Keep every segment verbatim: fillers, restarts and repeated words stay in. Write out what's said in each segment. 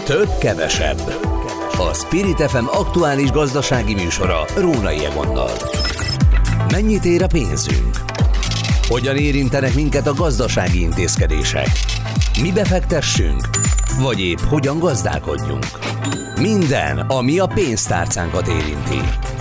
Több kevesebb. A Spirit ef em aktuális gazdasági műsora Rónai Egonnal. Mennyit ér a pénzünk? Hogyan érintenek minket a gazdasági intézkedések? Mi befektessünk? Vagy épp hogyan gazdálkodjunk? Minden, ami a pénztárcánkat érinti.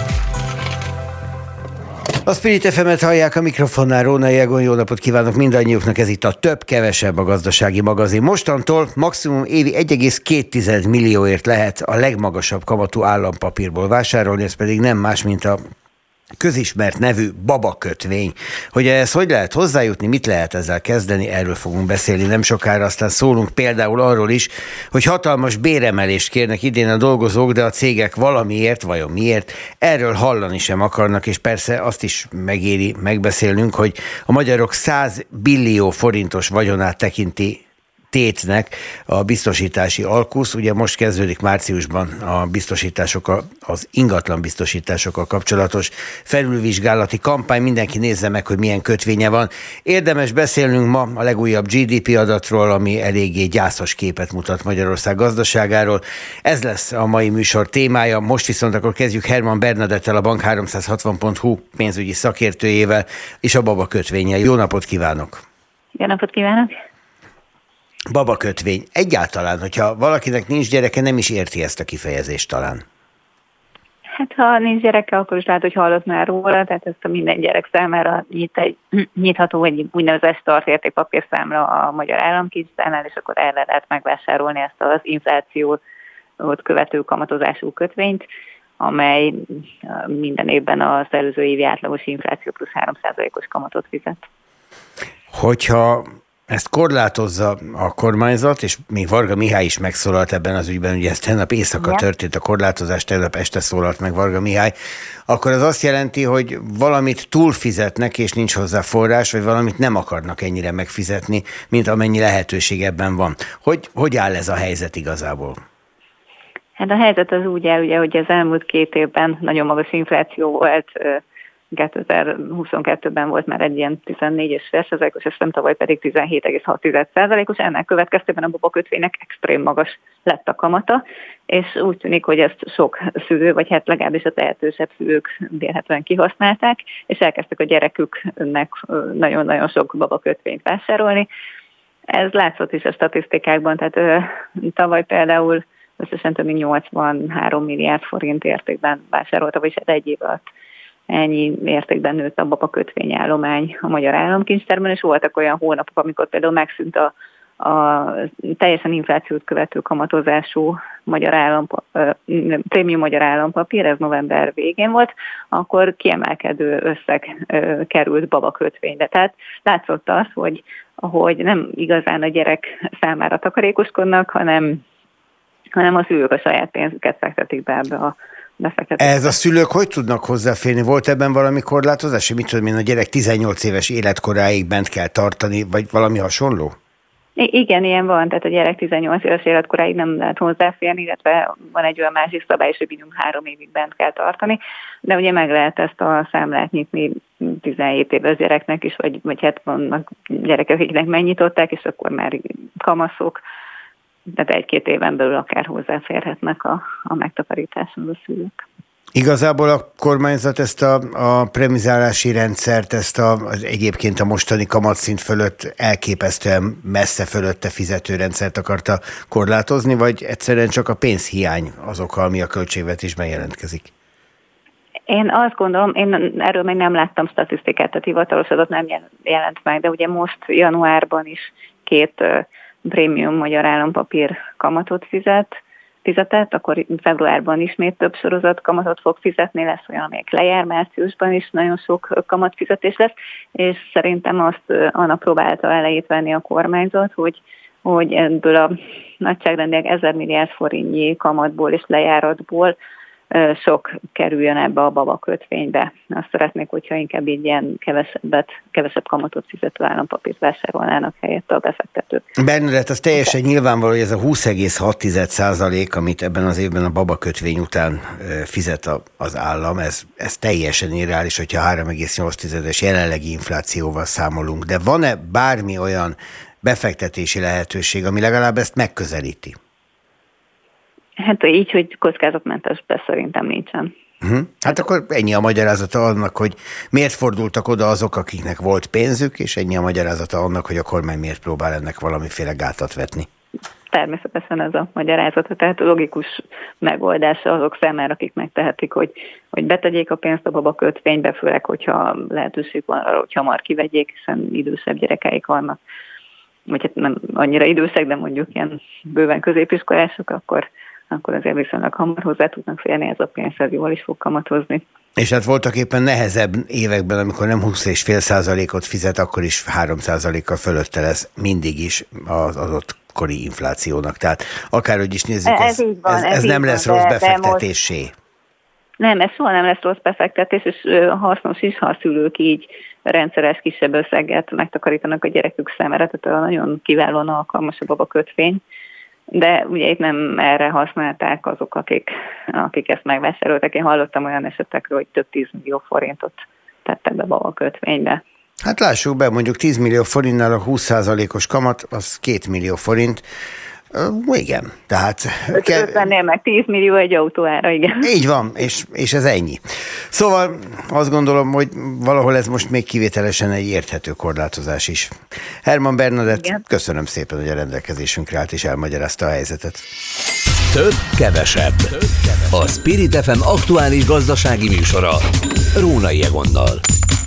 A Spirit ef emet hallják, a mikrofonnál Rónai Egon. Jó napot kívánok mindannyiuknak, ez itt a Több-kevesebb, a gazdasági magazin. Mostantól maximum évi egy egész két millióért lehet a legmagasabb kamatú állampapírból vásárolni, ez pedig nem más, mint a közismert nevű babakötvény. Hogy ehhez hogy lehet hozzájutni, mit lehet ezzel kezdeni, erről fogunk beszélni nem sokára, aztán szólunk például arról is, hogy hatalmas béremelést kérnek idén a dolgozók, de a cégek valamiért, vajon miért, erről hallani sem akarnak, és persze azt is megéri megbeszélnünk, hogy a magyarok száz billió forintos vagyonát tekinti tétnek a biztosítási alkusz. Ugye most kezdődik márciusban a biztosításokkal, az ingatlan biztosításokkal kapcsolatos felülvizsgálati kampány. Mindenki nézze meg, hogy milyen kötvénye van. Érdemes beszélnünk ma a legújabb gé dé pé adatról, ami eléggé gyászos képet mutat Magyarország gazdaságáról. Ez lesz a mai műsor témája. Most viszont akkor kezdjük Herman Bernadettel, a Bank háromszázhatvan pont hu pénzügyi szakértőjével és a babakötvénnyel. Jó napot kívánok! Jó napot kívánok! Babakötvény. Egyáltalán, hogyha valakinek nincs gyereke, nem is érti ezt a kifejezést talán. Hát ha nincs gyereke, akkor is lehet, hogy hallott már róla, tehát ezt a minden gyerek számára nyit egy, nyitható egy úgynevezett startértékpapírszámla a Magyar Államkincstárnál, és akkor el lehet megvásárolni ezt az inflációt követő kamatozású kötvényt, amely minden évben az előző évi átlagos infláció plusz három százalékos kamatot fizet. Hogyha ezt korlátozza a kormányzat, és még Varga Mihály is megszólalt ebben az ügyben, ugye ez tegnap éjszaka ja. történt a korlátozás, tegnap este szólalt meg Varga Mihály, akkor az azt jelenti, hogy valamit túlfizetnek, és nincs hozzá forrás, vagy valamit nem akarnak ennyire megfizetni, mint amennyi lehetőség ebben van. Hogy, hogy áll ez a helyzet igazából? Hát a helyzet az úgy áll, ugye, hogy az elmúlt két évben nagyon magas infláció volt, kétezer-huszonkettőben volt már egy ilyen tizennégy egész öt százalékos, és nem tavaly pedig tizenhét egész hat százalékos, ennek következtében a babakötvénynek extrém magas lett a kamata, és úgy tűnik, hogy ezt sok szülő, vagy hát legalábbis a tehetősebb szülők vélhetően kihasználták, és elkezdtek a gyereküknek nagyon-nagyon sok babakötvényt vásárolni. Ez látszott is a statisztikákban, tehát ö, tavaly például összesen több mint nyolcvanhárom milliárd forint értékben vásárolta, vagyis egy év alatt ennyi értékben nőtt a babakötvényállomány a Magyar Államkincstárban, és voltak olyan hónapok, amikor például megszűnt a, a teljesen inflációt követő kamatozású magyar állampa, prémium magyar állampapír, ez november végén volt, akkor kiemelkedő összeg került babakötvénybe. Tehát látszott az, hogy, hogy nem igazán a gyerek számára takarékoskodnak, hanem, hanem a szülők a saját pénzüket fektetik be ebbe a Ez a szülők hogy tudnak hozzáférni? Volt ebben valami korlátozás? Mit tudom én, a gyerek tizennyolc éves életkoráig bent kell tartani, vagy valami hasonló? I- igen, ilyen van, tehát a gyerek tizennyolc éves életkoráig nem lehet hozzáférni, illetve van egy olyan másik szabály, hogy minimum három évig bent kell tartani, de ugye meg lehet ezt a számlát nyitni tizenhét éves gyereknek is, vagy, vagy hát vannak gyerekek, akiknek megnyitották, és akkor már kamaszok, tehát egy-két éven belül akár hozzáférhetnek a, a megtakarításhoz a szülők. Igazából a kormányzat ezt a, a premizálási rendszert, ezt a, az egyébként a mostani kamatszint fölött elképesztően messze fölötte fizetőrendszert akarta korlátozni, vagy egyszerűen csak a pénzhiány az oka, ami a költségvetésben jelentkezik? Én azt gondolom, én erről még nem láttam statisztikát, tehát hivatalos adat nem jelent meg, de ugye most januárban is két prémium magyar állampapír kamatot fizet, fizetett, akkor februárban ismét több sorozat kamatot fog fizetni, lesz olyan, amelyek lejár, márciusban is nagyon sok kamatfizetés lesz, és szerintem azt annak próbálta elejét venni a kormányzat, hogy, hogy ebből a nagyságrendileg ezer milliárd forintnyi kamatból és lejáratból sok kerüljön ebbe a babakötvénybe. Azt szeretnék, hogyha inkább így ilyen kevesebbet, kevesebb kamatot fizető állampapírt vásárolnának helyett a befektetők. Bernadett, az teljesen nyilvánvaló, hogy ez a húsz egész hat százalék, amit ebben az évben a babakötvény után fizet az állam, ez, ez teljesen irreális, hogyha három egész nyolc jelenlegi inflációval számolunk. De van-e bármi olyan befektetési lehetőség, ami legalább ezt megközelíti? Hát így, hogy kockázatmentes, de szerintem nincsen. Uh-huh. Hát akkor ennyi a magyarázata annak, hogy miért fordultak oda azok, akiknek volt pénzük, és ennyi a magyarázata annak, hogy a kormány miért próbál ennek valamiféle gátat vetni. Természetesen ez a magyarázata, tehát logikus megoldása azok számára, akik megtehetik, hogy, hogy betegyék a pénzt a babakötvénybe, főleg, hogyha lehetőség van arra, hogy hamar kivegyék, hiszen idősebb gyerekeik vannak, vagy hát nem annyira idősek, de mondjuk ilyen bőven középiskolások, akkor, akkor azért viszonylag hamar hozzá tudnak férni, ez a pénzhez jól is fog kamatozni. És hát voltak éppen nehezebb években, amikor nem húsz egész öt százalékot fizet, akkor is három százalékkal fölötte lesz mindig is az adott kori inflációnak. Tehát akárhogy is nézzük, ez, ez, van, ez, ez, ez nem van, lesz rossz de, befektetésé. De nem, ez soha nem lesz rossz befektetés, és hasznos is, ha a szülők így rendszeres kisebb összeget megtakarítanak a gyerekük számára, tehát nagyon kiválóan alkalmas a babakötvény. De ugye itt nem erre használták azok, akik, akik ezt megvásároltak. Én hallottam olyan esetekről, hogy több tízmillió forintot tettek be babakötvénybe. Hát lássuk be, mondjuk tíz millió forintnál a húsz százalékos kamat, az két millió forint. Uh, igen, tehát... ötvennél meg tíz millió egy autóára, igen. Így van, és, és ez ennyi. Szóval azt gondolom, hogy valahol ez most még kivételesen egy érthető korlátozás is. Herman Bernadett, igen. Köszönöm szépen, hogy a rendelkezésünkre állt és elmagyarázta a helyzetet. Több, kevesebb. A Spirit ef em aktuális gazdasági műsora Rónai Egonnal.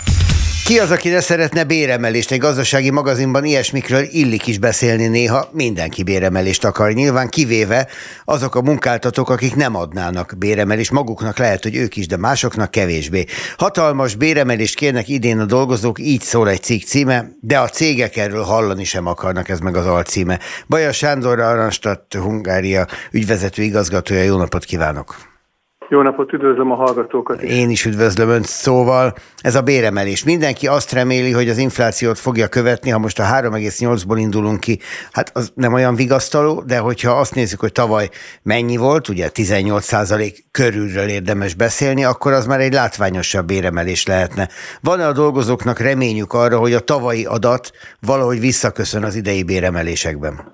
Ki az, aki ne szeretne béremelést? Egy gazdasági magazinban ilyesmikről illik is beszélni néha, mindenki béremelést akar. Nyilván kivéve azok a munkáltatók, akik nem adnának béremelést, maguknak lehet, hogy ők is, de másoknak kevésbé. Hatalmas béremelést kérnek idén a dolgozók, így szól egy cikk címe, de a cégek erről hallani sem akarnak, ez meg az alcíme. Baja Sándor, Aranystadt Hungária ügyvezető igazgatója, jó napot kívánok! Jó napot, üdvözlöm a hallgatókat is. Én is üdvözlöm Önt. Szóval ez a béremelés. Mindenki azt reméli, hogy az inflációt fogja követni, ha most a három egész nyolcból indulunk ki, hát az nem olyan vigasztaló, de hogyha azt nézzük, hogy tavaly mennyi volt, ugye tizennyolc százalék körülről érdemes beszélni, akkor az már egy látványosabb béremelés lehetne. Van-e a dolgozóknak reményük arra, hogy a tavalyi adat valahogy visszaköszön az idei béremelésekben?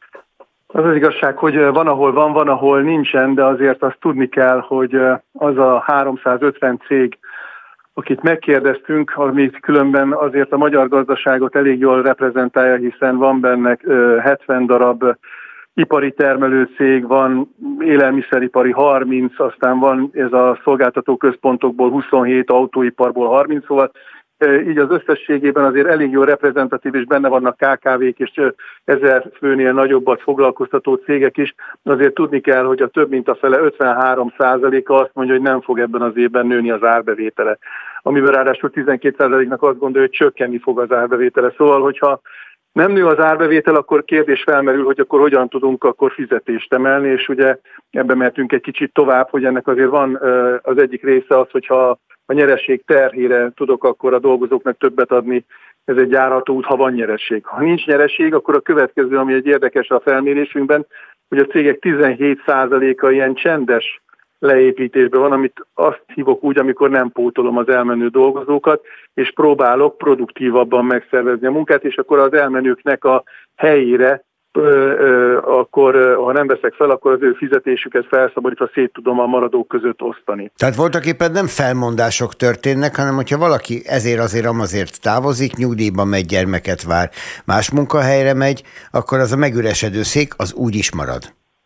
Az az igazság, hogy van, ahol van, van, ahol nincsen, de azért azt tudni kell, hogy az a háromszázötven cég, akit megkérdeztünk, amit különben azért a magyar gazdaságot elég jól reprezentálja, hiszen van benne hetven darab ipari termelőcég, van élelmiszeripari harminc, aztán van ez a szolgáltatóközpontokból huszonhét, autóiparból harminc, szóval így az összességében azért elég jó reprezentatív, és benne vannak ká ká vék és ezer főnél nagyobbat foglalkoztató cégek is. Azért tudni kell, hogy a több mint a fele ötvenhárom százaléka azt mondja, hogy nem fog ebben az évben nőni az árbevétele. Amiben ráadásul tizenkét százaléknak azt gondolja, hogy csökkenni fog az árbevétele. Szóval, hogyha nem nő az árbevétel, akkor kérdés felmerül, hogy akkor hogyan tudunk akkor fizetést emelni, és ugye ebben mehetünk egy kicsit tovább, hogy ennek azért van az egyik része az, hogyha a nyereség terhére tudok akkor a dolgozóknak többet adni, ez egy járható út, ha van nyereség. Ha nincs nyereség, akkor a következő, ami egy érdekes a felmérésünkben, hogy a cégek tizenhét százaléka ilyen csendes leépítésben van, amit azt hívok úgy, amikor nem pótolom az elmenő dolgozókat, és próbálok produktívabban megszervezni a munkát, és akkor az elmenőknek a helyére, Ö, ö, akkor ha nem veszek fel, akkor az ő fizetésüket felszabadítva szét tudom a maradók között osztani. Tehát voltak éppen nem felmondások történnek, hanem hogyha valaki ezért azért amazért távozik, nyugdíjban megy, gyermeket vár, más munkahelyre megy, akkor az a megüresedő szék az úgy is marad.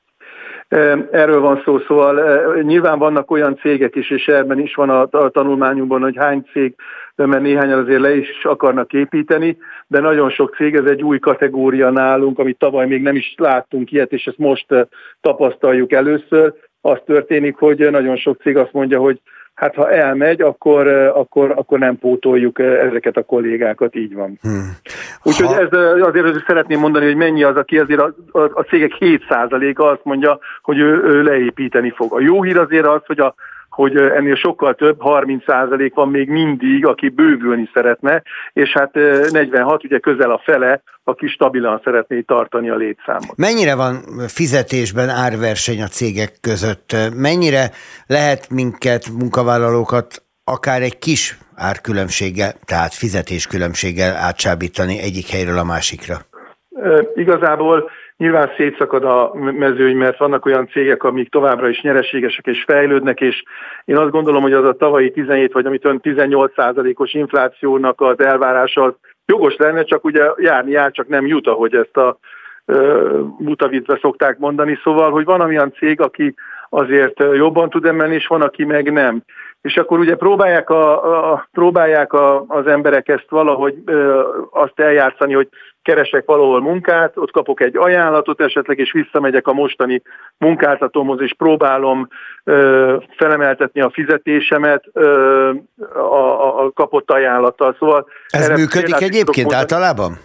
Erről van szó, szóval nyilván vannak olyan cégek is, és ebben is van a, a tanulmányunkban, hogy hány cég, mert néhányan azért le is akarnak építeni, de nagyon sok cég, ez egy új kategória nálunk, amit tavaly még nem is láttunk ilyet, és ezt most tapasztaljuk először. Az történik, hogy nagyon sok cég azt mondja, hogy hát ha elmegy, akkor, akkor, akkor nem pótoljuk ezeket a kollégákat, így van. Hmm. Úgyhogy ha... ez, azért szeretném mondani, hogy mennyi az, aki azért a, a, a cégek hét százaléka azt mondja, hogy ő, ő leépíteni fog. A jó hír azért az, hogy a hogy ennél sokkal több, harminc százalék van még mindig, aki bővülni szeretne, és hát negyvenhat, ugye közel a fele, aki stabilan szeretné tartani a létszámot. Mennyire van fizetésben árverseny a cégek között? Mennyire lehet minket, munkavállalókat akár egy kis árkülönbséggel, tehát fizetéskülönbséggel átsábítani egyik helyről a másikra? Igazából nyilván szétszakad a mezőny, mert vannak olyan cégek, amik továbbra is nyereségesek és fejlődnek, és én azt gondolom, hogy az a tavalyi tizenhét vagy amit ön tizennyolc százalékos inflációnak az elvárása az jogos lenne, csak ugye járni jár, csak nem jut, ahogy ezt a buta viccbe szokták mondani. Szóval, hogy van olyan cég, aki azért jobban tud emelni, és van, aki meg nem. És akkor ugye próbálják, a, a, próbálják a, az emberek ezt valahogy ö, azt eljátszani, hogy keresek valahol munkát, ott kapok egy ajánlatot esetleg, és visszamegyek a mostani munkáltatómhoz, és próbálom ö, felemeltetni a fizetésemet ö, a, a kapott ajánlattal. Szóval ez működik egyébként általában?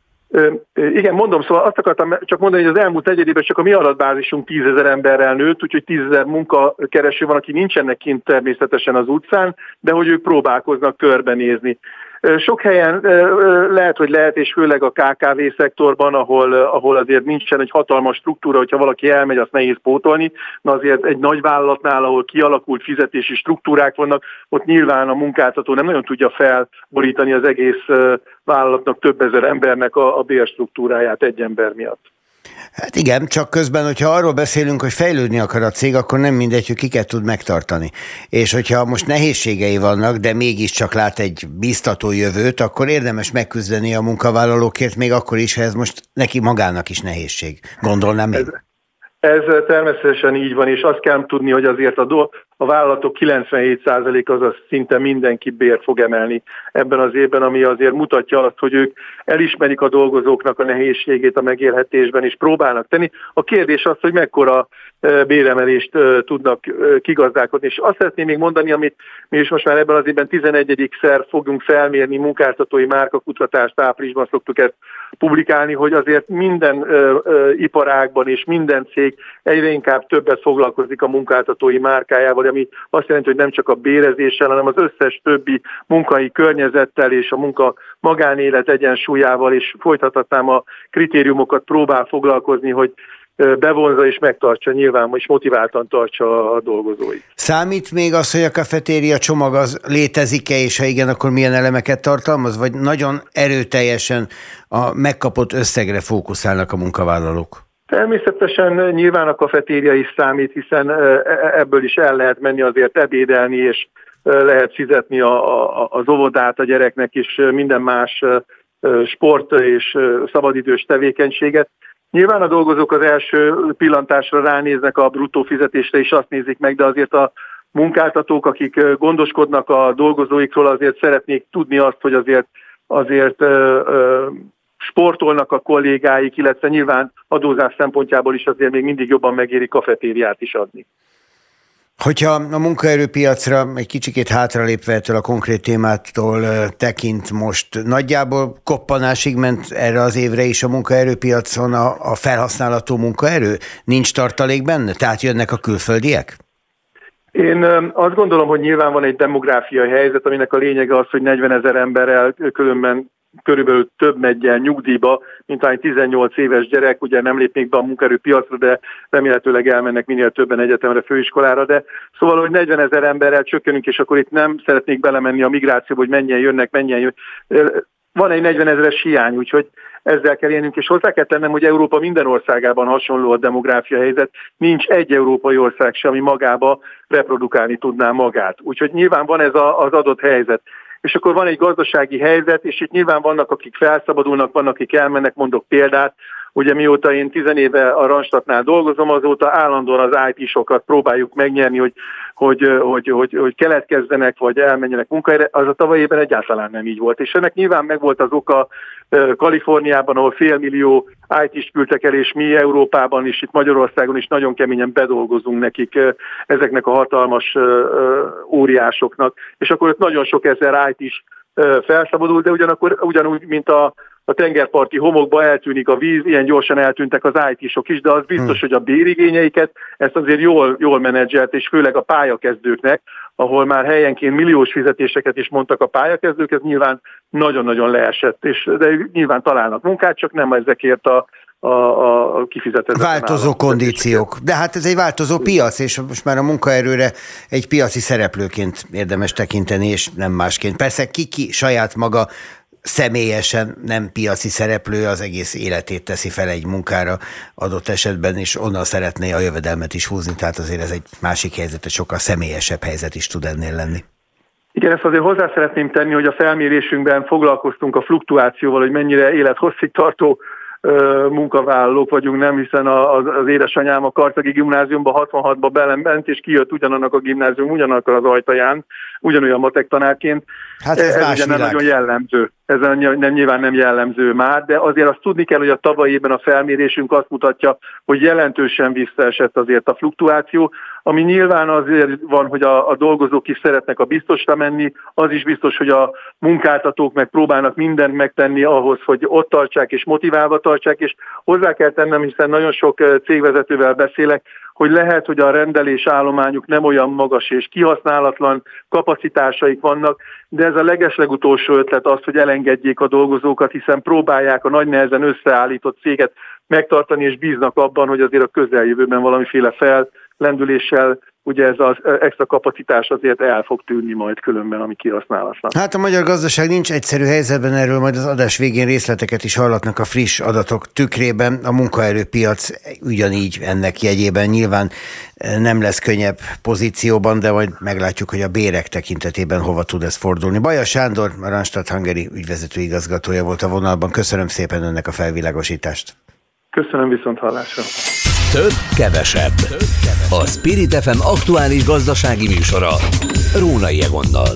Igen, mondom, szóval azt akartam csak mondani, hogy az elmúlt egy évben csak a mi adatbázisunk tízezer emberrel nőtt, úgyhogy tízezer munkakereső van, aki nincsenek kint természetesen az utcán, de hogy ők próbálkoznak körbenézni. Sok helyen lehet, hogy lehet, és főleg a ká ká vé szektorban, ahol, ahol azért nincsen egy hatalmas struktúra, hogyha valaki elmegy, azt nehéz pótolni, na azért egy nagy vállalatnál, ahol kialakult fizetési struktúrák vannak, ott nyilván a munkáltató nem nagyon tudja felborítani az egész vállalatnak, több ezer embernek a, a bérstruktúráját egy ember miatt. Hát igen, csak közben, hogyha arról beszélünk, hogy fejlődni akar a cég, akkor nem mindegy, hogy kiket tud megtartani. És hogyha most nehézségei vannak, de mégiscsak lát egy biztató jövőt, akkor érdemes megküzdeni a munkavállalókért, még akkor is, ha ez most neki magának is nehézség. Gondolnám én. Ez, ez természetesen így van, és azt kell tudni, hogy azért a, do, a vállalatok kilencvenhét százalék azaz szinte mindenki bért fog emelni ebben az évben, ami azért mutatja azt, hogy ők elismerik a dolgozóknak a nehézségét a megélhetésben, és próbálnak tenni. A kérdés az, hogy mekkora béremelést tudnak kigazdálkodni. És azt szeretném még mondani, amit mi is most már ebben az évben tizenegyedik-szer fogunk felmérni, munkáltatói márkakutatást, áprilisban szoktuk ezt publikálni, hogy azért minden ö, ö, iparágban és minden cég egyre inkább többet foglalkozik a munkáltatói márkájával, ami azt jelenti, hogy nem csak a bérezéssel, hanem az összes többi munkai környezettel és a munka magánélet egyensúlyával, és folytathatnám a kritériumokat, próbál foglalkozni, hogy bevonza és megtartsa nyilván, és motiváltan tartsa a dolgozóit. Számít még az, hogy a kafetéria csomag az létezik-e, és ha igen, akkor milyen elemeket tartalmaz, vagy nagyon erőteljesen a megkapott összegre fókuszálnak a munkavállalók? Természetesen nyilván a kafetéria is számít, hiszen ebből is el lehet menni azért ebédelni, és lehet fizetni a, a, az óvodát a gyereknek, és minden más sport és szabadidős tevékenységet. Nyilván a dolgozók az első pillantásra ránéznek a bruttó fizetésre, és azt nézik meg, de azért a munkáltatók, akik gondoskodnak a dolgozóikról, azért szeretnék tudni azt, hogy azért, azért ö, ö, sportolnak a kollégáik, illetve nyilván adózás szempontjából is azért még mindig jobban megéri kafetériát is adni. Hogyha a munkaerőpiacra egy kicsikét hátralépve ettől a konkrét témától tekint, most nagyjából koppanásig ment erre az évre is a munkaerőpiacon a, a felhasználható munkaerő? Nincs tartalék benne? Tehát jönnek a külföldiek? Én azt gondolom, hogy nyilván van egy demográfiai helyzet, aminek a lényege az, hogy negyvenezer emberrel különben körülbelül több megy el nyugdíjba, mint egy tizennyolc éves gyerek, ugye nem lépnék be a munkaerőpiacra, de remélhetőleg elmennek minél többen egyetemre, főiskolára, de szóval, hogy negyvenezer emberrel csökkenünk, és akkor itt nem szeretnék belemenni a migrációba, hogy mennyien jönnek, mennyien jönnek. Van egy negyvenezeres hiány, úgyhogy ezzel kell élnünk, és hozzá kell tennem, hogy Európa minden országában hasonló a demográfia helyzet. Nincs egy európai ország sem, ami magába reprodukálni tudná magát. Úgyhogy nyilván van ez a, az adott helyzet. És akkor van egy gazdasági helyzet, és itt nyilván vannak, akik felszabadulnak, vannak, akik elmennek, mondok példát. Ugye mióta én tizenéve a Randstadtnál dolgozom, azóta állandóan az í té-sokat próbáljuk megnyerni, hogy, hogy, hogy, hogy, hogy keletkezzenek, vagy elmenjenek munkahelyre. Az a tavaly évben egyáltalán nem így volt. És ennek nyilván megvolt az oka Kaliforniában, ahol félmillió í té-s küldtek el, és mi Európában is, itt Magyarországon is nagyon keményen bedolgozunk nekik ezeknek a hatalmas óriásoknak. És akkor ott nagyon sok ezer í té-s felszabadult, de ugyanakkor ugyanúgy, mint a a tengerparti homokba eltűnik a víz, ilyen gyorsan eltűntek az í té-sok is, de az biztos, hmm. hogy a bérigényeiket ezt azért jól, jól menedzselt, és főleg a pályakezdőknek, ahol már helyenként milliós fizetéseket is mondtak a pályakezdők, ez nyilván nagyon-nagyon leesett, és, de nyilván találnak munkát, csak nem ezekért a a, a kifizetetlen változó kondíciók. De hát ez egy változó piac, és most már a munkaerőre egy piaci szereplőként érdemes tekinteni, és nem másként. Persze ki-ki saját maga személyesen, nem piaci szereplő, az egész életét teszi fel egy munkára adott esetben, és onnan szeretné a jövedelmet is húzni, tehát azért ez egy másik helyzet, egy sokkal személyesebb helyzet is tud ennél lenni. Igen, ezt azért hozzá szeretném tenni, hogy a felmérésünkben foglalkoztunk a fluktuációval, hogy mennyire élethosszig tartó munkavállalók vagyunk, nem, hiszen az, az édesanyám a Karcagi gimnáziumba hatvanhatba belement, és kijött ugyanannak a gimnázium, ugyanannak az ajtaján, ugyanolyan matek tanárként. Hát ez, ez ugye nem nagyon jellemző. Ez nem, nyilván nem jellemző már, de azért azt tudni kell, hogy a tavalyi évben a felmérésünk azt mutatja, hogy jelentősen visszaesett azért a fluktuáció, ami nyilván azért van, hogy a, a dolgozók is szeretnek a biztosra menni, az is biztos, hogy a munkáltatók meg próbálnak mindent megtenni ahhoz, hogy ott tartsák és motiválva tartsák, és hozzá kell tennem, hiszen nagyon sok cégvezetővel beszélek, hogy lehet, hogy a rendelés állományuk nem olyan magas és kihasználatlan kapacitásaik vannak, de ez a legeslegutolsó ötlet az, hogy elengedjék a dolgozókat, hiszen próbálják a nagy nehezen összeállított céget megtartani, és bíznak abban, hogy azért a közeljövőben valamiféle fellendüléssel ugye ez az extra kapacitás azért el fog tűnni majd különben, ami kihasználatlan. Hát a magyar gazdaság nincs egyszerű helyzetben, erről majd az adás végén részleteket is hallatnak a friss adatok tükrében. A munkaerőpiac ugyanígy ennek jegyében nyilván nem lesz könnyebb pozícióban, de majd meglátjuk, hogy a bérek tekintetében hova tud ez fordulni. Baja Sándor, a Randstad Hungary ügyvezető igazgatója volt a vonalban. Köszönöm szépen önnek a felvilágosítást. Köszönöm, viszont hallásra. Több, kevesebb. A Spirit ef em aktuális gazdasági műsora Rónai Egonnal.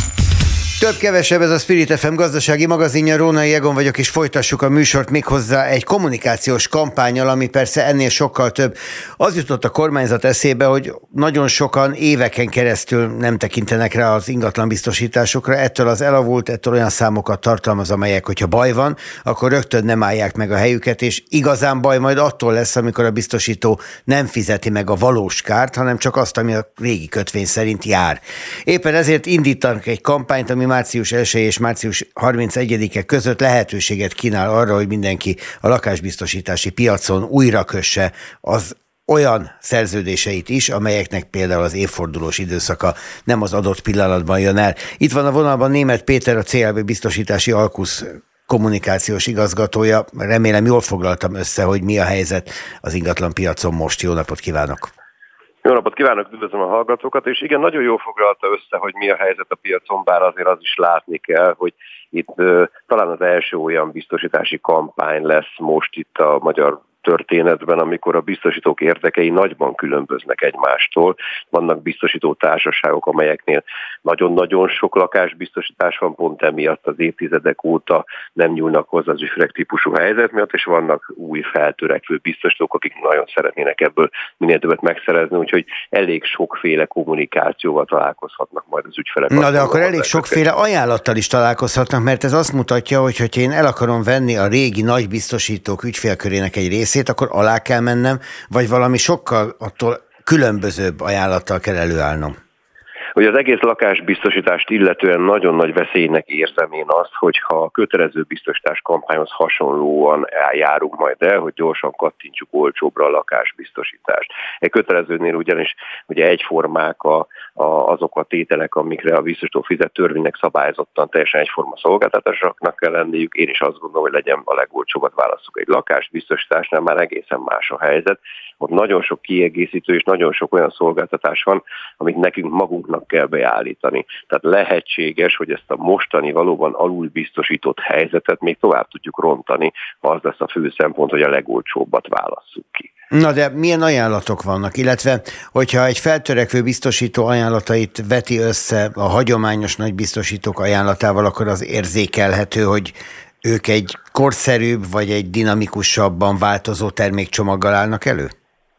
Több kevesebb, ez a Spirit ef em gazdasági magazinja, Rónai Egon vagyok, és folytassuk a műsort méghozzá egy kommunikációs kampánnyal, ami persze ennél sokkal több. Az jutott a kormányzat eszébe, hogy nagyon sokan éveken keresztül nem tekintenek rá az ingatlanbiztosításokra, ettől az elavult, ettől olyan számokat tartalmaz, amelyek, hogyha baj van, akkor rögtön nem állják meg a helyüket, és igazán baj majd attól lesz, amikor a biztosító nem fizeti meg a valós kárt, hanem csak azt, ami a régi kötvény szerint jár. Éppen ezért indítanak egy kampányt, ami március elsejé és március harmincegyedike között lehetőséget kínál arra, hogy mindenki a lakásbiztosítási piacon újra kösse az olyan szerződéseit is, amelyeknek például az évfordulós időszaka nem az adott pillanatban jön el. Itt van a vonalban Németh Péter, a cé el bé biztosítási Alkusz kommunikációs igazgatója. Remélem jól foglaltam össze, hogy mi a helyzet az ingatlan piacon most. Jó napot kívánok! Jó napot kívánok, üdvözlöm a hallgatókat, és igen, nagyon jól foglalta össze, hogy mi a helyzet a piacon, bár azért az is látni kell, hogy itt uh, talán az első olyan biztosítási kampány lesz most itt a magyar történetben, amikor a biztosítók érdekei nagyban különböznek egymástól. Vannak biztosító társaságok, amelyeknél nagyon-nagyon sok lakásbiztosítás van, pont emiatt az évtizedek óta nem nyúlnak hozzá az ügyfelek típusú helyzet miatt, és vannak új feltörekvő biztosítók, akik nagyon szeretnének ebből minél többet megszerezni, úgyhogy elég sokféle kommunikációval találkozhatnak majd az ügyfelek. Na de akkor elég sokféle ajánlattal is találkozhatnak, mert ez azt mutatja, hogy ha én el akarom venni a régi nagy biztosítók ügyfélkörének egy részét, akkor alá kell mennem, vagy valami sokkal attól különbözőbb ajánlattal kell előállnom? Hogy az egész lakásbiztosítást illetően nagyon nagy veszélynek érzem én azt, hogyha a kötelező biztosítás kampányhoz hasonlóan eljárunk majd el, hogy gyorsan kattintsuk olcsóbbra a lakásbiztosítást. Egy kötelezőnél ugyanis ugye egyformák a, a, azok a tételek, amikre a biztosító fizet, törvénynek szabályozottan teljesen egyforma szolgáltatásoknak kell lenniük. Én is azt gondolom, hogy legyen a legolcsóbbat válasszuk. Egy lakásbiztosításnál már egészen más a helyzet. Ott nagyon sok kiegészítő és nagyon sok olyan szolgáltatás van, amit nekünk magunknak kell beállítani. Tehát lehetséges, hogy ezt a mostani valóban alulbiztosított helyzetet még tovább tudjuk rontani, ha az lesz a fő szempont, hogy a legolcsóbbat válasszuk ki. Na de milyen ajánlatok vannak, illetve hogyha egy feltörekvő biztosító ajánlatait veti össze a hagyományos nagy biztosítók ajánlatával, akkor az érzékelhető, hogy ők egy korszerűbb vagy egy dinamikusabban változó termékcsomaggal állnak elő?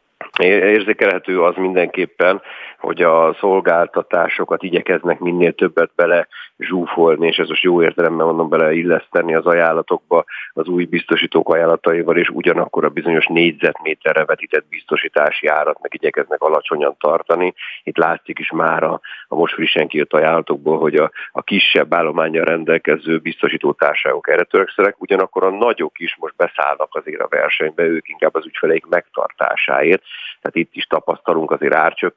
Érzékelhető az mindenképpen, hogy a szolgáltatásokat igyekeznek minél többet bele zsúfolni, és ez most jó értelemben mondom, bele illeszteni az ajánlatokba az új biztosítók ajánlataival, és ugyanakkor a bizonyos négyzetméterre vetített biztosítási árat meg igyekeznek alacsonyan tartani. Itt látszik is már a, a most frissen kijött ajánlatokból, hogy a, a kisebb állománnyal rendelkező biztosítótársaságok erre törekszenek, ugyanakkor a nagyok is most beszállnak azért a versenybe, ők inkább az ügyfeleik megtartásáért. Tehát itt is tapasztalunk azért árcsökkenéseket,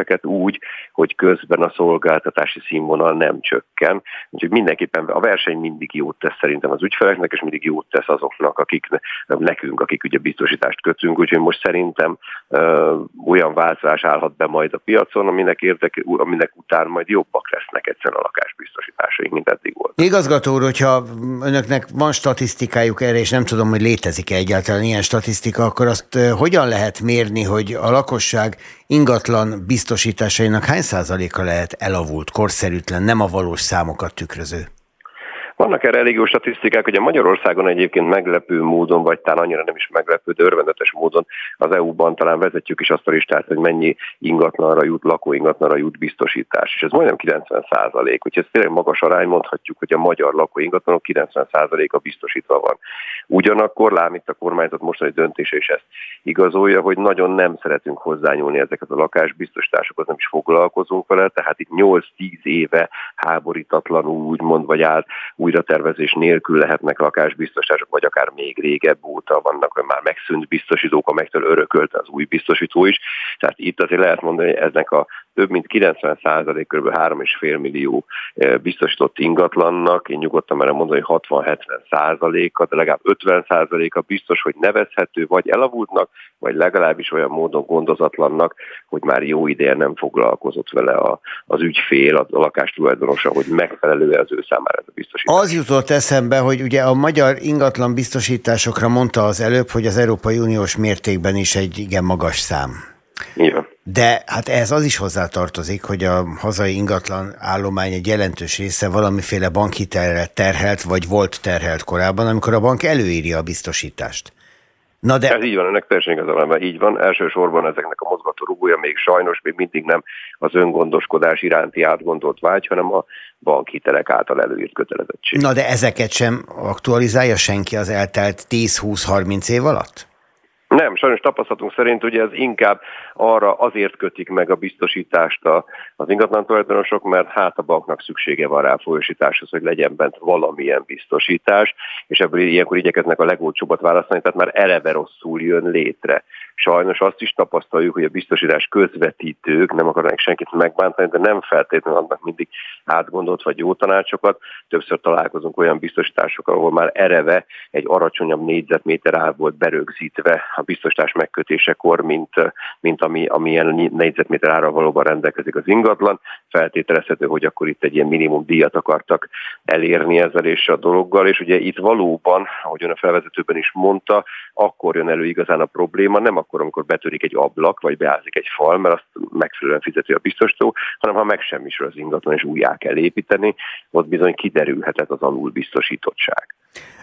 ezeket úgy, hogy közben a szolgáltatási színvonal nem csökken. Úgyhogy mindenképpen a verseny mindig jót tesz szerintem az ügyfeleknek, és mindig jót tesz azoknak, akik nekünk, akik ugye biztosítást kötünk. Úgyhogy most szerintem ö, olyan változás állhat be majd a piacon, aminek, érdek, aminek után majd jobbak lesznek egyszerűen a lakásbiztosításaink, mint eddig volt. Igazgató úr, hogyha önöknek van statisztikájuk erre, és nem tudom, hogy létezik-e egyáltalán ilyen statisztika, akkor azt hogyan lehet mérni, hogy a lakosság ingatlan biztosításainak hány százaléka lehet elavult, korszerűtlen, nem a valós számokat tükröző? Vannak erre elég jó statisztikák, hogy a Magyarországon egyébként meglepő módon, vagy talán annyira nem is meglepő, de örvendetes módon az é u-ban talán vezetjük is azt a listát, hogy mennyi ingatlanra jut, lakóingatlanra jut biztosítás. És ez majdnem kilencven százalék. Úgyhogy ez tényleg magas arány, mondhatjuk, hogy a magyar lakóingatlanok kilencven százaléka biztosítva van. Ugyanakkor lám itt a kormányzat mostani döntése is ezt igazolja, hogy nagyon nem szeretünk hozzányúlni ezeket a lakásbiztosításokhoz, nem is foglalkozunk vele, tehát itt nyolc-tíz éve háborítatlanul úgymond, vagy át újratervezés nélkül lehetnek lakásbiztosítások, vagy akár még régebb óta vannak, hogy már megszűnt biztosítók, amelyektől örökölte az új biztosító is. Tehát itt azért lehet mondani, hogy eznek a több mint kilencven százalék, kb. három egész öt millió biztosított ingatlannak, én nyugodtan merem mondani, hogy hatvan-hetven százaléka, de legalább ötven százaléka biztos, hogy nevezhető vagy elavultnak, vagy legalábbis olyan módon gondozatlannak, hogy már jó ideje nem foglalkozott vele a, az ügyfél, a lakástulajdonosa, hogy megfelelő az ő számára ez a biztosítás. Az jutott eszembe, hogy ugye a magyar ingatlan biztosításokra mondta az előbb, hogy az Európai Uniós mértékben is egy igen magas szám. Igen. De hát ehhez az is hozzátartozik, hogy a hazai ingatlan állomány egy jelentős része valamiféle bankhitelre terhelt, vagy volt terhelt korábban, amikor a bank előírja a biztosítást. Na de... Ez így van, ennek teljesen igazán, mert így van. Elsősorban ezeknek a mozgatórugója még sajnos még mindig nem az öngondoskodás iránti átgondolt vágy, hanem a bankhitelek által előírt kötelezettség. Na de ezeket sem aktualizálja senki az eltelt tíz-húsz-harminc év alatt? Nem, sajnos tapasztalatunk szerint ugye ez inkább arra azért kötik meg a biztosítást az ingatlan tulajdonosok, mert hát a banknak szüksége van rá folyósításhoz, hogy legyen bent valamilyen biztosítás, és ebből ilyenkor igyekeznek a legolcsóbbat választani, tehát már eleve rosszul jön létre. Sajnos azt is tapasztaljuk, hogy a biztosítás közvetítők nem akarnak senkit megbántani, de nem feltétlenül adnak mindig átgondolt vagy jó tanácsokat. Többször találkozunk olyan biztosításokkal, ahol már eleve egy alacsonyabb négyzetméter ár volt berögzítve a biztosítás megkötésekor, mint, mint ami, amilyen négyzetméter ára valóban rendelkezik az ingatlan. Feltételezhető, hogy akkor itt egy ilyen minimum díjat akartak elérni ezzel és a dologgal, és ugye itt valóban, ahogyan a felvezetőben is mondta, akkor jön elő igazán a probléma, nem akkor, amikor betörik egy ablak, vagy beázik egy fal, mert azt megfelelően fizeti a biztosító, hanem ha megsemmisül az ingatlan, és újjá kell építeni, ott bizony kiderülhetett az alulbiztosítottság.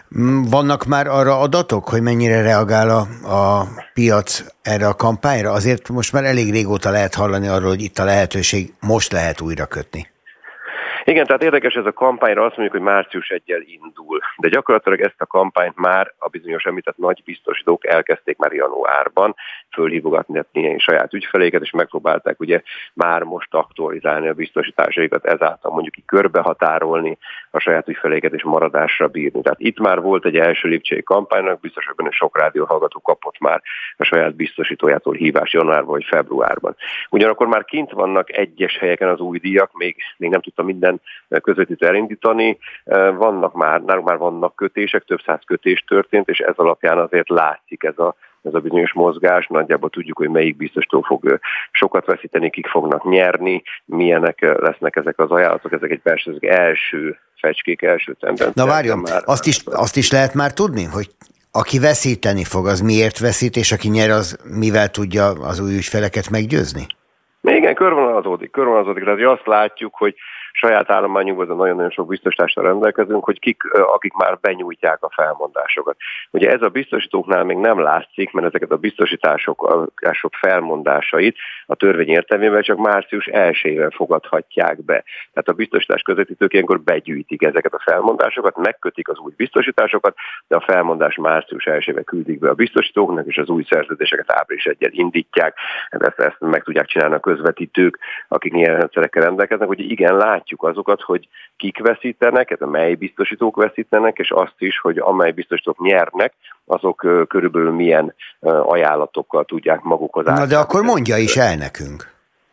Vannak már arra adatok, hogy mennyire reagál a, a piac erre a kampányra? Azért most már elég régóta lehet hallani arról, hogy itt a lehetőség, most lehet újra kötni. Igen, tehát érdekes ez a kampányra, azt mondjuk, hogy március elsejével indul, de gyakorlatilag ezt a kampányt már a bizonyos említett nagy biztosítók elkezdték már januárban fölhívogatni ilyen saját ügyfeléket, és megpróbálták ugye már most aktualizálni a biztosításaikat, ezáltal mondjuk ki körbehatárolni a saját ügyfeléket és maradásra bírni. Tehát itt már volt egy első lépcsői kampánynak, biztos, hogy benne sok rádióhallgató kapott már a saját biztosítójától hívás januárban vagy februárban. Ugyanakkor már kint vannak egyes helyeken az új díjak, még, még nem tudtam minden közvetítő elindítani. Vannak már, nálunk már vannak kötések, több száz kötés történt, és ez alapján azért látszik ez a, ez a bizonyos mozgás. Nagyjából tudjuk, hogy melyik biztosító fog sokat veszíteni, kik fognak nyerni, milyenek lesznek ezek az ajánlatok, ezek egy persze ezek első fecskék, első tendenciák. Na várjon, azt is, azt is lehet már tudni, hogy aki veszíteni fog, az miért veszít, és aki nyer, az mivel tudja az új ügyfeleket meggyőzni? Igen, körvonalazódik, körvonalazódik, tehát azt látjuk, hogy saját állományunkban nagyon-nagyon sok biztosítással rendelkezünk, hogy kik, akik már benyújtják a felmondásokat. Ugye ez a biztosítóknál még nem látszik, mert ezeket a biztosítások felmondásait a törvény értelmében csak március elsejével fogadhatják be. Tehát a biztosítás közvetítők ilyenkor begyűjtik ezeket a felmondásokat, megkötik az új biztosításosokat, de a felmondás március elsejével küldik be a biztosítóknak, és az új szerződéseket április elsejével indítják. Ezt, ezt meg tudják csinálni a közvetítők, akik ilyen rendszerekkel rendelkeznek, hogy igen, látjuk azokat, hogy kik veszítenek, ez a mely biztosítók veszítenek, és azt is, hogy amely biztosítók nyernek, azok körülbelül milyen ajánlatokkal tudják magukhoz állítani. Na de akkor mondja is el nekünk.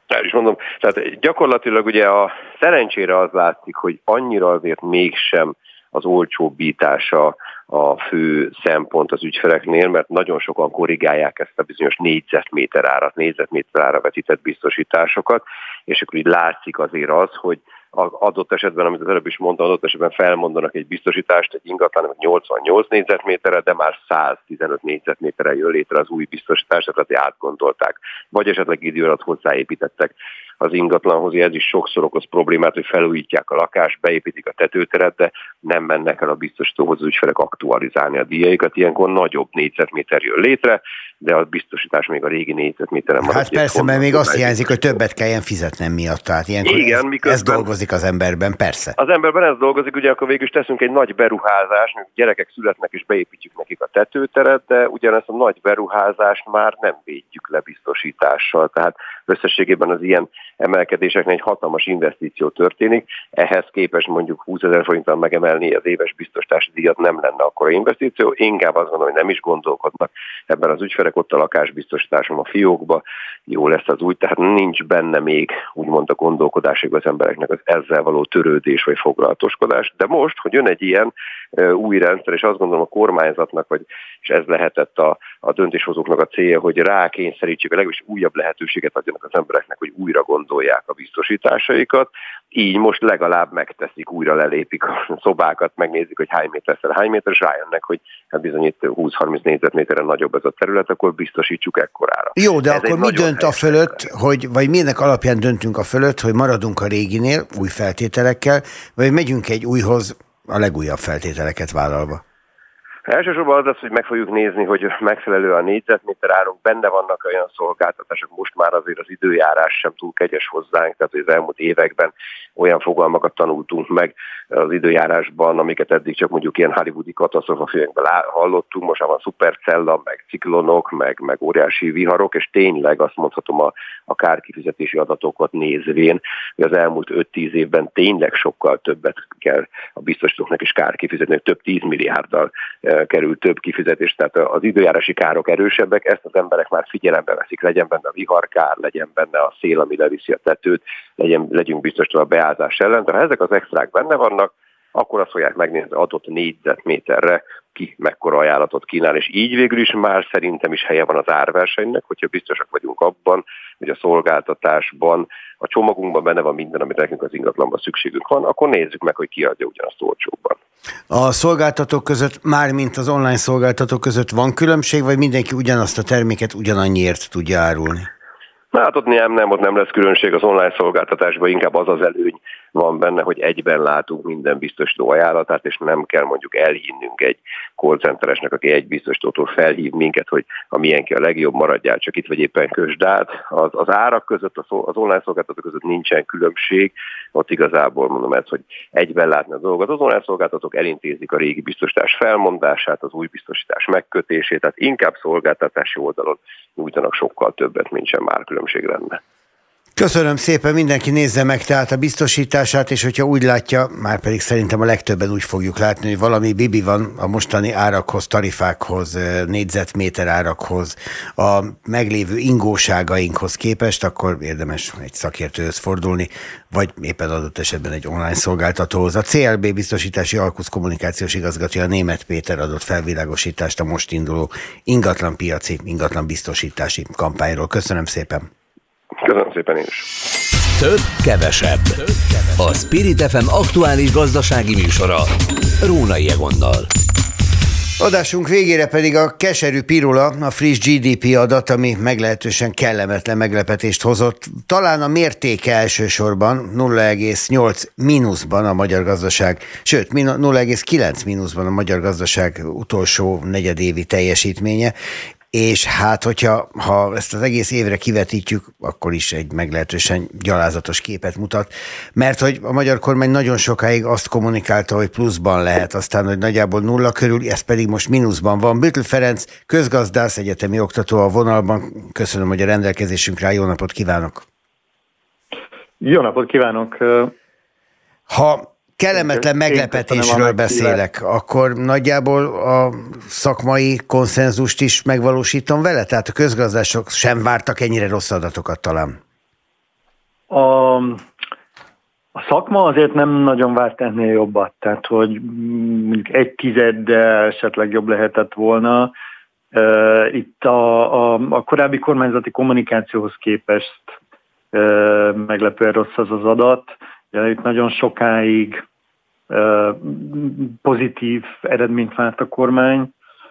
El is mondom, tehát gyakorlatilag ugye a szerencsére az látszik, hogy annyira azért mégsem az olcsóbbítása a fő szempont az ügyfeleknél, mert nagyon sokan korrigálják ezt a bizonyos négyzetméter árat, négyzetméter ára vetített biztosításokat, és akkor így látszik azért az, hogy az adott esetben, amit az előbb is mondtam, adott esetben felmondanak egy biztosítást, egy ingatlan, nyolcvannyolc négyzetméterre, de már száztizenöt négyzetméterre jön létre az új biztosítás, tehát átgondolták, vagy esetleg idő alatt hozzáépítettek az ingatlanhoz, ez is sokszor okoz problémát, hogy felújítják a lakást, beépítik a tetőteret, de nem mennek el a biztosítóhoz az ügyfelek aktualizálni a díjaikat, ilyenkor nagyobb négyzetméter jön létre, de a biztosítás még a régi négyzetméteren marad. Hát persze, mert még azt hiányzik, hogy többet kelljen fizetnem miatt, tehát ilyenkor igen, ez, ez dolgozik az emberben, persze. Az emberben ez dolgozik, ugye akkor végül is teszünk egy nagy beruházást, gyerekek születnek és beépítjük nekik a tetőteret, de ugyanezt a nagy beruházást már nem védjük le biztosítással, tehát összességében az ilyen emelkedéseknél egy hatalmas investíció történik, ehhez képest mondjuk húszezer forinttal megemelni az éves biztosítási díjat nem lenne akkora investíció, inkább azt gondolom, hogy nem is gondolkodnak ebben az ügyfelek, ott a lakásbiztosításom a fiókba, jó lesz az úgy, tehát nincs benne még úgymond a gondolkodásig az embereknek az ezzel való törődés vagy foglalatoskodás, de most, hogy jön egy ilyen uh, új rendszer, és azt gondolom a kormányzatnak, vagy, és ez lehetett a, a döntéshozóknak a célja, hogy rákényszerítsük, a legalábbis újabb lehetőséget adjanak az embereknek, hogy újra gondolják a biztosításaikat, így most legalább megteszik, újra lelépik a szobákat, megnézik, hogy hány méterszer hány méter, és rájönnek, hogy hát bizony itt húsz-harminc négyzetméteren nagyobb ez a terület, akkor biztosítsuk ekkorára. Jó, de ez akkor mi dönt a fölött, hogy, vagy minek alapján döntünk a fölött, hogy maradunk a réginél új feltételekkel, vagy megyünk egy újhoz a legújabb feltételeket vállalva? Elsősorban az lesz, hogy meg fogjuk nézni, hogy megfelelő a négyzetméter árunk, benne vannak olyan szolgáltatások, most már azért az időjárás sem túl kegyes hozzánk, tehát az elmúlt években olyan fogalmakat tanultunk meg az időjárásban, amiket eddig csak mondjuk ilyen hollywoodi katasztrofafilmekben hallottunk, most már van szupercella, meg ciklonok, meg, meg óriási viharok, és tényleg azt mondhatom a, a kárkifizetési adatokat nézvén, hogy az elmúlt öt-tíz évben tényleg sokkal többet kell a biztosítóknak is kárkifizetni, több tíz milliárddal kerül több kifizetés, tehát az időjárási károk erősebbek, ezt az emberek már figyelembe veszik, legyen benne a viharkár, legyen benne a szél, ami leviszi a tetőt, legyen, legyünk biztosan a beázás ellen, tehát ha ezek az extrák benne vannak, akkor azt fogják megnézni adott négyzetméterre, ki mekkora ajánlatot kínál, és így végül is már szerintem is helye van az árversenynek, hogyha biztosak vagyunk abban, hogy a szolgáltatásban, a csomagunkban benne van minden, amit nekünk az ingatlanban szükségünk van, akkor nézzük meg, hogy ki adja ugyanazt olcsóbban. A szolgáltatók között, mármint az online szolgáltatók között van különbség, vagy mindenki ugyanazt a terméket ugyanannyiért tudja árulni? Na, hát ott nem, nem, ott nem lesz különbség, az online szolgáltatásban inkább az az előny van benne, hogy egyben látunk minden biztosító ajánlatát, és nem kell mondjuk elhinnünk egy call centeresnek, aki egy biztosítótól felhív minket, hogy a milyenki a legjobb, maradjál csak itt, vagy éppen kösd át. Az, az árak között, az online szolgáltatók között nincsen különbség, ott igazából mondom ezt, hogy egyben látni a dolgot. Az online szolgáltatók elintézik a régi biztosítás felmondását, az új biztosítás megkötését, tehát inkább szolgáltatási oldalon nyújtanak sokkal többet, mint sem már különbség lenne. Köszönöm szépen, mindenki nézze meg tehát a biztosítását, és hogyha úgy látja, már pedig szerintem a legtöbben úgy fogjuk látni, hogy valami bibi van a mostani árakhoz, tarifákhoz, négyzetméter árakhoz, a meglévő ingóságainkhoz képest, akkor érdemes egy szakértőhöz fordulni, vagy éppen adott esetben egy online szolgáltatóhoz. A cé el bé biztosítási Alkusz kommunikációs igazgatója Németh Péter adott felvilágosítást a most induló ingatlanpiaci, ingatlan biztosítási kampányról. Köszönöm szépen! Köszönöm szépen én is. Több, kevesebb. A Spirit ef em aktuális gazdasági műsora Rónai Egonnal. Adásunk végére pedig a keserű pirula, a friss gé dé pé adat, ami meglehetősen kellemetlen meglepetést hozott. Talán a mértéke elsősorban nulla egész nyolc mínuszban a magyar gazdaság, sőt nulla egész kilenc mínuszban a magyar gazdaság utolsó negyedévi teljesítménye. És hát, hogyha ha ezt az egész évre kivetítjük, akkor is egy meglehetősen gyalázatos képet mutat, mert hogy a magyar kormány nagyon sokáig azt kommunikálta, hogy pluszban lehet, aztán, hogy nagyjából nulla körül, ez pedig most mínuszban van. Bütl Ferenc, közgazdász, egyetemi oktató a vonalban. Köszönöm, hogy a rendelkezésünkre áll. Jó napot kívánok! Jó napot kívánok! Ha kellemetlen meglepetésről beszélek, akkor nagyjából a szakmai konszenzust is megvalósítom vele? Tehát a közgazdászok sem vártak ennyire rossz adatokat talán? A, a szakma azért nem nagyon várt ennél jobbat, tehát hogy mondjuk egy tizeddel esetleg jobb lehetett volna. Itt a, a, a korábbi kormányzati kommunikációhoz képest meglepően rossz az az adat. Itt nagyon sokáig pozitív eredményt várt a kormány,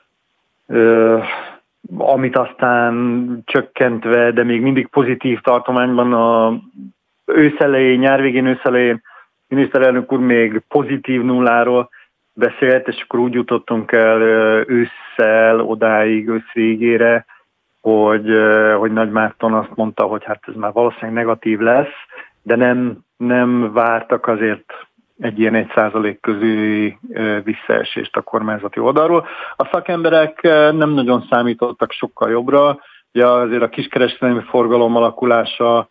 amit aztán csökkentve, de még mindig pozitív tartományban a őszelején, nyár végén, őszelején miniszterelnök úr még pozitív nulláról beszélt, és akkor úgy jutottunk el ősszel odáig, ősz végére, hogy, hogy Nagy Márton azt mondta, hogy hát ez már valószínűleg negatív lesz, de nem, nem vártak azért egy ilyen egy százalék közüli visszaesést a kormányzati oldalról. A szakemberek nem nagyon számítottak sokkal jobbra, ugye azért a kiskereskedelmi forgalom alakulása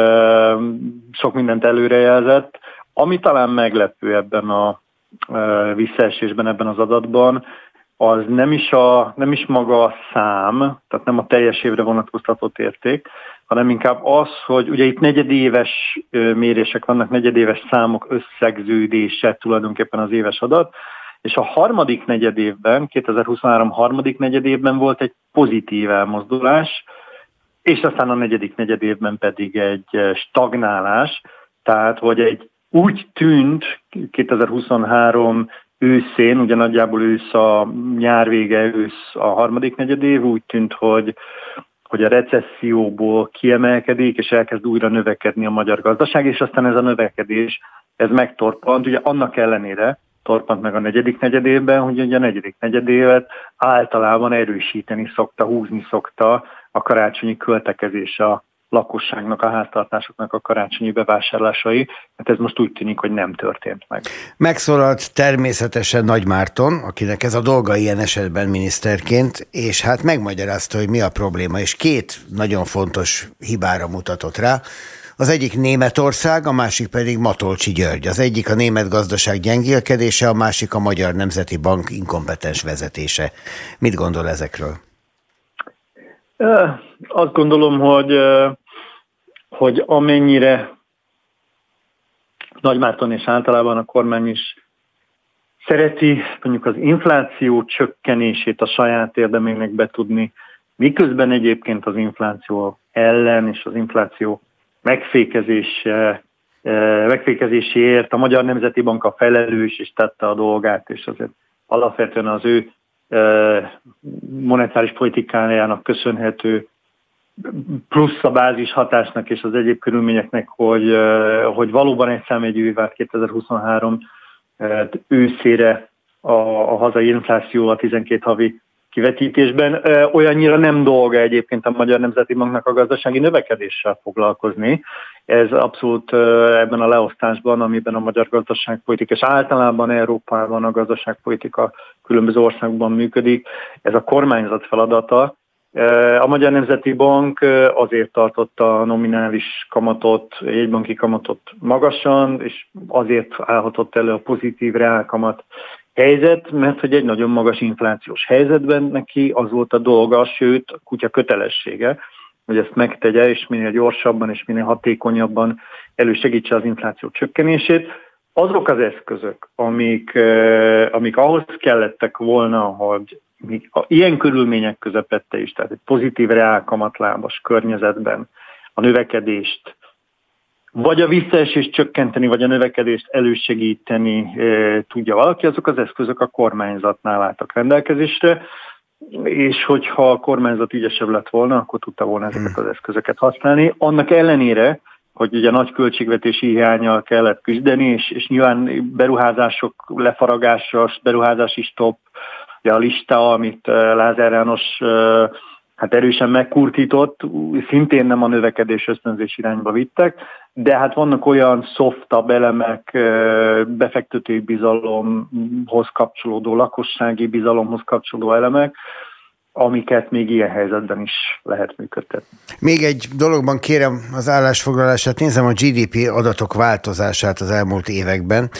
sok mindent előrejelzett. Ami talán meglepő ebben a visszaesésben, ebben az adatban, az nem is, a, nem is maga a szám, tehát nem a teljes évre vonatkoztatott érték, hanem inkább az, hogy ugye itt negyedéves mérések vannak, negyedéves számok összegződése tulajdonképpen az éves adat, és a harmadik negyedévben, kétezer-huszonhárom harmadik negyedévben volt egy pozitív elmozdulás, és aztán a negyedik negyedévben pedig egy stagnálás, tehát hogy egy úgy tűnt kétezer-huszonhárom őszén, ugye nagyjából ősz a nyár vége, ősz a harmadik negyedév, úgy tűnt, hogy, hogy a recesszióból kiemelkedik, és elkezd újra növekedni a magyar gazdaság, és aztán ez a növekedés, ez megtorpant, ugye annak ellenére torpant meg a negyedik negyedévben, hogy ugye a negyedik negyedévet általában erősíteni szokta, húzni szokta a karácsonyi költekezés a lakosságnak, a háztartásoknak a karácsonyi bevásárlásai, hát ez most úgy tűnik, hogy nem történt meg. Megszólalt természetesen Nagy Márton, akinek ez a dolga ilyen esetben miniszterként, és hát megmagyarázta, hogy mi a probléma, és két nagyon fontos hibára mutatott rá. Az egyik Németország, a másik pedig Matolcsy György. Az egyik a német gazdaság gyengélkedése, a másik a Magyar Nemzeti Bank inkompetens vezetése. Mit gondol ezekről? Azt gondolom, hogy, hogy amennyire Nagy Márton és általában a kormány is szereti mondjuk az infláció csökkenését a saját érdemének betudni, miközben egyébként az infláció ellen és az infláció megfékezése, megfékezéséért a Magyar Nemzeti Bank a felelős, és tette a dolgát, és azért alapvetően az ő monetáris politikájának köszönhető plusz a bázis hatásnak és az egyéb körülményeknek, hogy, hogy valóban egy számjegyűvé vált kétezer-huszonhárom őszére a, a hazai infláció a tizenkét havi kivetítésben. Olyannyira nem dolga egyébként a Magyar Nemzeti Banknak a gazdasági növekedéssel foglalkozni. Ez abszolút ebben a leosztásban, amiben a magyar gazdaságpolitika és általában Európában a gazdaságpolitika különböző országokban működik, ez a kormányzat feladata. A Magyar Nemzeti Bank azért tartotta a nominális kamatot, jegybanki kamatot magasan, és azért állhatott elő a pozitív reálkamat helyzet, mert hogy egy nagyon magas inflációs helyzetben neki az volt a dolga, sőt a kutya kötelessége, hogy ezt megtegye, és minél gyorsabban és minél hatékonyabban elősegítse az infláció csökkenését. Azok az eszközök, amik, amik ahhoz kellettek volna, hogy ilyen körülmények közepette is, tehát egy pozitív reálkamatlábas környezetben a növekedést, vagy a visszaesést csökkenteni, vagy a növekedést elősegíteni e, tudja valaki, azok az eszközök a kormányzatnál álltak rendelkezésre, és hogyha a kormányzat ügyesebb lett volna, akkor tudta volna ezeket az eszközöket használni. Annak ellenére, hogy ugye nagy költségvetési hiánnyal kellett küzdeni, és, és nyilván beruházások lefaragása, beruházási stopp, a lista, amit Lázár János hát erősen megkurtított, szintén nem a növekedés ösztönzés irányba vittek, de hát vannak olyan softabb elemek, befektetői bizalomhoz kapcsolódó, lakossági bizalomhoz kapcsolódó elemek, amiket még ilyen helyzetben is lehet működtetni. Még egy dologban kérem az állásfoglalását, nézem a gé dé pé adatok változását az elmúlt években.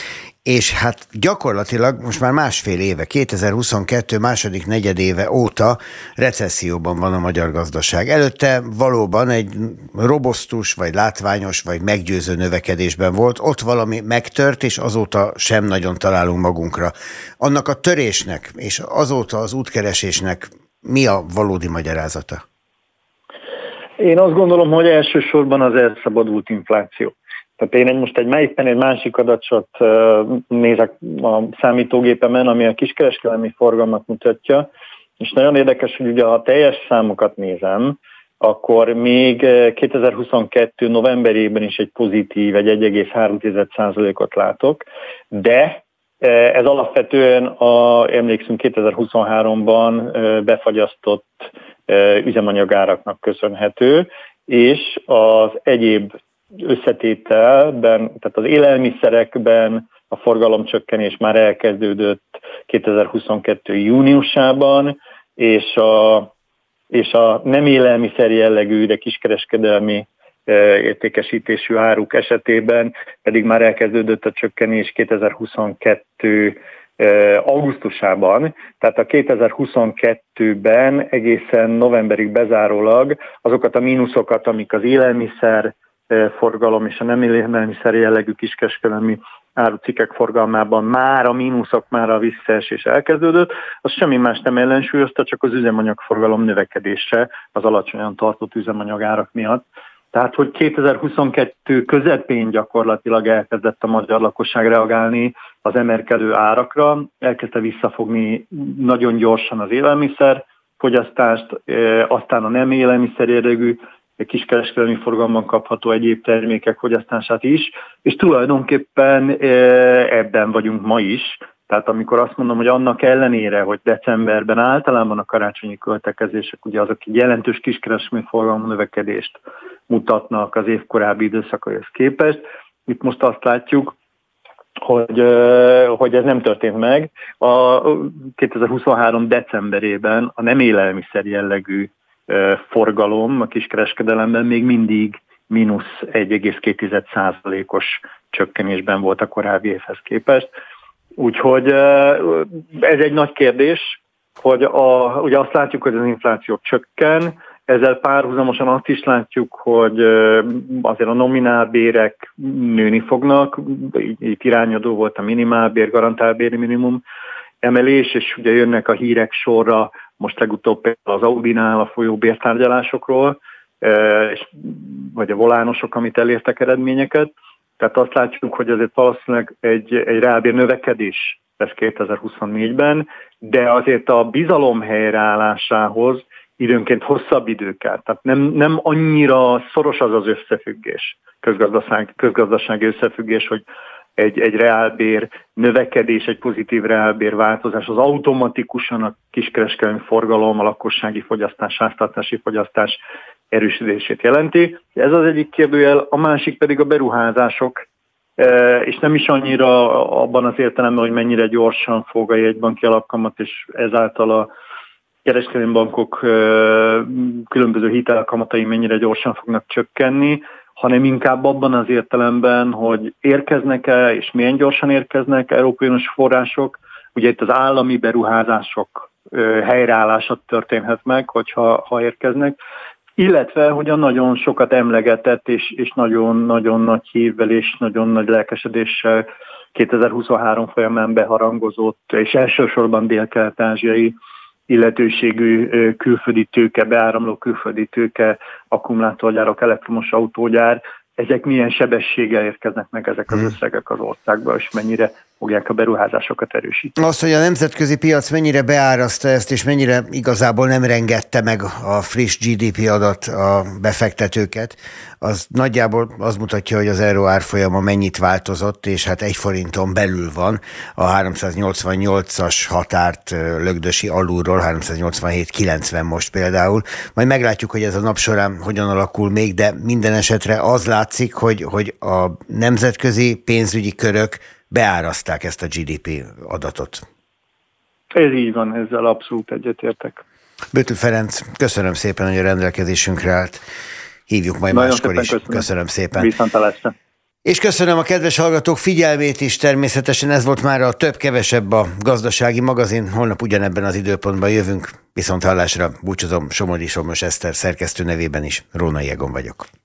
és hát gyakorlatilag most már másfél éve, kétezer-huszonkettő második negyedéve óta recesszióban van a magyar gazdaság. Előtte valóban egy robosztus, vagy látványos, vagy meggyőző növekedésben volt, ott valami megtört, és azóta sem nagyon találunk magunkra. Annak a törésnek, és azóta az útkeresésnek mi a valódi magyarázata? Én azt gondolom, hogy elsősorban az elszabadult infláció. Tehát én most egy éppen egy másik adatot nézek a számítógépemen, ami a kiskereskedelmi forgalmat mutatja, és nagyon érdekes, hogy ugye ha a teljes számokat nézem, akkor még kétezer-huszonkettő novemberében is egy pozitív, egy egy egész három százalékot látok, de ez alapvetően, a, emlékszünk, kétezer-huszonháromban befagyasztott üzemanyagáraknak köszönhető, és az egyéb összetételben, tehát az élelmiszerekben a forgalomcsökkenés már elkezdődött kétezer-huszonkettő júniusában, és a, és a nem élelmiszer jellegű, de kiskereskedelmi értékesítésű áruk esetében pedig már elkezdődött a csökkenés kétezer-huszonkettő augusztusában, tehát a kétezer-huszonkettőben egészen novemberig bezárólag azokat a mínuszokat, amik az élelmiszer forgalom és a nem élelmiszer jellegű kiskereskedelmi árucikkek forgalmában már a mínuszok, már a visszaesés elkezdődött, az semmi más nem ellensúlyozta, csak az üzemanyagforgalom növekedése az alacsonyan tartott üzemanyagárak miatt. Tehát, hogy kétezer-huszonkettő közepén gyakorlatilag elkezdett a magyar lakosság reagálni az emelkedő árakra, elkezdte visszafogni nagyon gyorsan az élelmiszer fogyasztást, aztán a nem élelmiszer jellegű kiskereskedelmi forgalomban kapható egyéb termékek fogyasztását is, és tulajdonképpen ebben vagyunk ma is. Tehát amikor azt mondom, hogy annak ellenére, hogy decemberben általában a karácsonyi költekezések ugye azok egy jelentős kiskereskedelmi forgalom növekedést mutatnak az év korábbi időszakaihoz képest, itt most azt látjuk, hogy, hogy ez nem történt meg. A kétezer-huszonhárom decemberében a nem élelmiszer jellegű forgalom a kiskereskedelemben még mindig mínusz egy egész két százalékos csökkenésben volt a korábbi évhez képest. Úgyhogy ez egy nagy kérdés, hogy a, ugye azt látjuk, hogy az infláció csökken, ezzel párhuzamosan azt is látjuk, hogy azért a nominálbérek nőni fognak, itt irányadó volt a minimálbér, garantálbéri minimum emelés, és ugye jönnek a hírek sorra, most legutóbb például az Audinál a folyó bértárgyalásokról, és, vagy a volánosok, amit elértek eredményeket. Tehát azt látjuk, hogy azért valószínűleg egy, egy reálbér növekedés lesz kétezer-huszonnégyben, de azért a bizalom helyreállásához időnként hosszabb idő kell. Tehát nem, nem annyira szoros az az összefüggés, közgazdaság, közgazdasági összefüggés, hogy egy, egy reálbér növekedés, egy pozitív reálbér változás az automatikusan a kiskereskedelmi forgalom, a lakossági fogyasztás, háztartási fogyasztás erősödését jelenti. Ez az egyik kérdőjel, a másik pedig a beruházások, és nem is annyira abban az értelemben, hogy mennyire gyorsan fog a jegybanki alapkamat, és ezáltal a kereskedelmi bankok különböző hitelkamatai mennyire gyorsan fognak csökkenni, hanem inkább abban az értelemben, hogy érkeznek-e, és milyen gyorsan érkeznek Európai Uniós források. Ugye itt az állami beruházások helyreállása történhet meg, hogyha ha érkeznek, illetve, hogy a nagyon sokat emlegetett, és, és nagyon-nagyon nagy hívvel és nagyon nagy lelkesedéssel kétezer-huszonhárom folyamán beharangozott, és elsősorban dél-kelet-ázsiai illetőségű külföldi tőke, beáramló külföldi tőke, akkumulátorgyárok, elektromos autógyár, ezek milyen sebességgel érkeznek meg ezek az összegek az országba, és mennyire fogják a beruházásokat erősíteni. Azt, hogy a nemzetközi piac mennyire beárazta ezt, és mennyire igazából nem rengette meg a friss gé dé pé adat a befektetőket, az nagyjából az mutatja, hogy az euró árfolyama mennyit változott, és hát egy forinton belül van, a háromszáznyolcvannyolcas határt lögdösi alulról, háromszáznyolcvanhét kilencven most például. Majd meglátjuk, hogy ez a nap során hogyan alakul még, de minden esetre az látszik, hogy, hogy a nemzetközi pénzügyi körök beárazták ezt a gé dé pé adatot. Ez így van, ezzel abszolút egyetértek. Böttl Ferenc, köszönöm szépen, hogy a rendelkezésünkre állt. Hívjuk majd Nagyon máskor is. Köszönöm. köszönöm szépen. Viszontlátásra. És köszönöm a kedves hallgatók figyelmét is, természetesen ez volt már a több-kevesebb a gazdasági magazin. Holnap ugyanebben az időpontban jövünk. Viszont hallásra búcsúzom Somogyi Somos Eszter szerkesztő nevében is. Rónai Egon vagyok.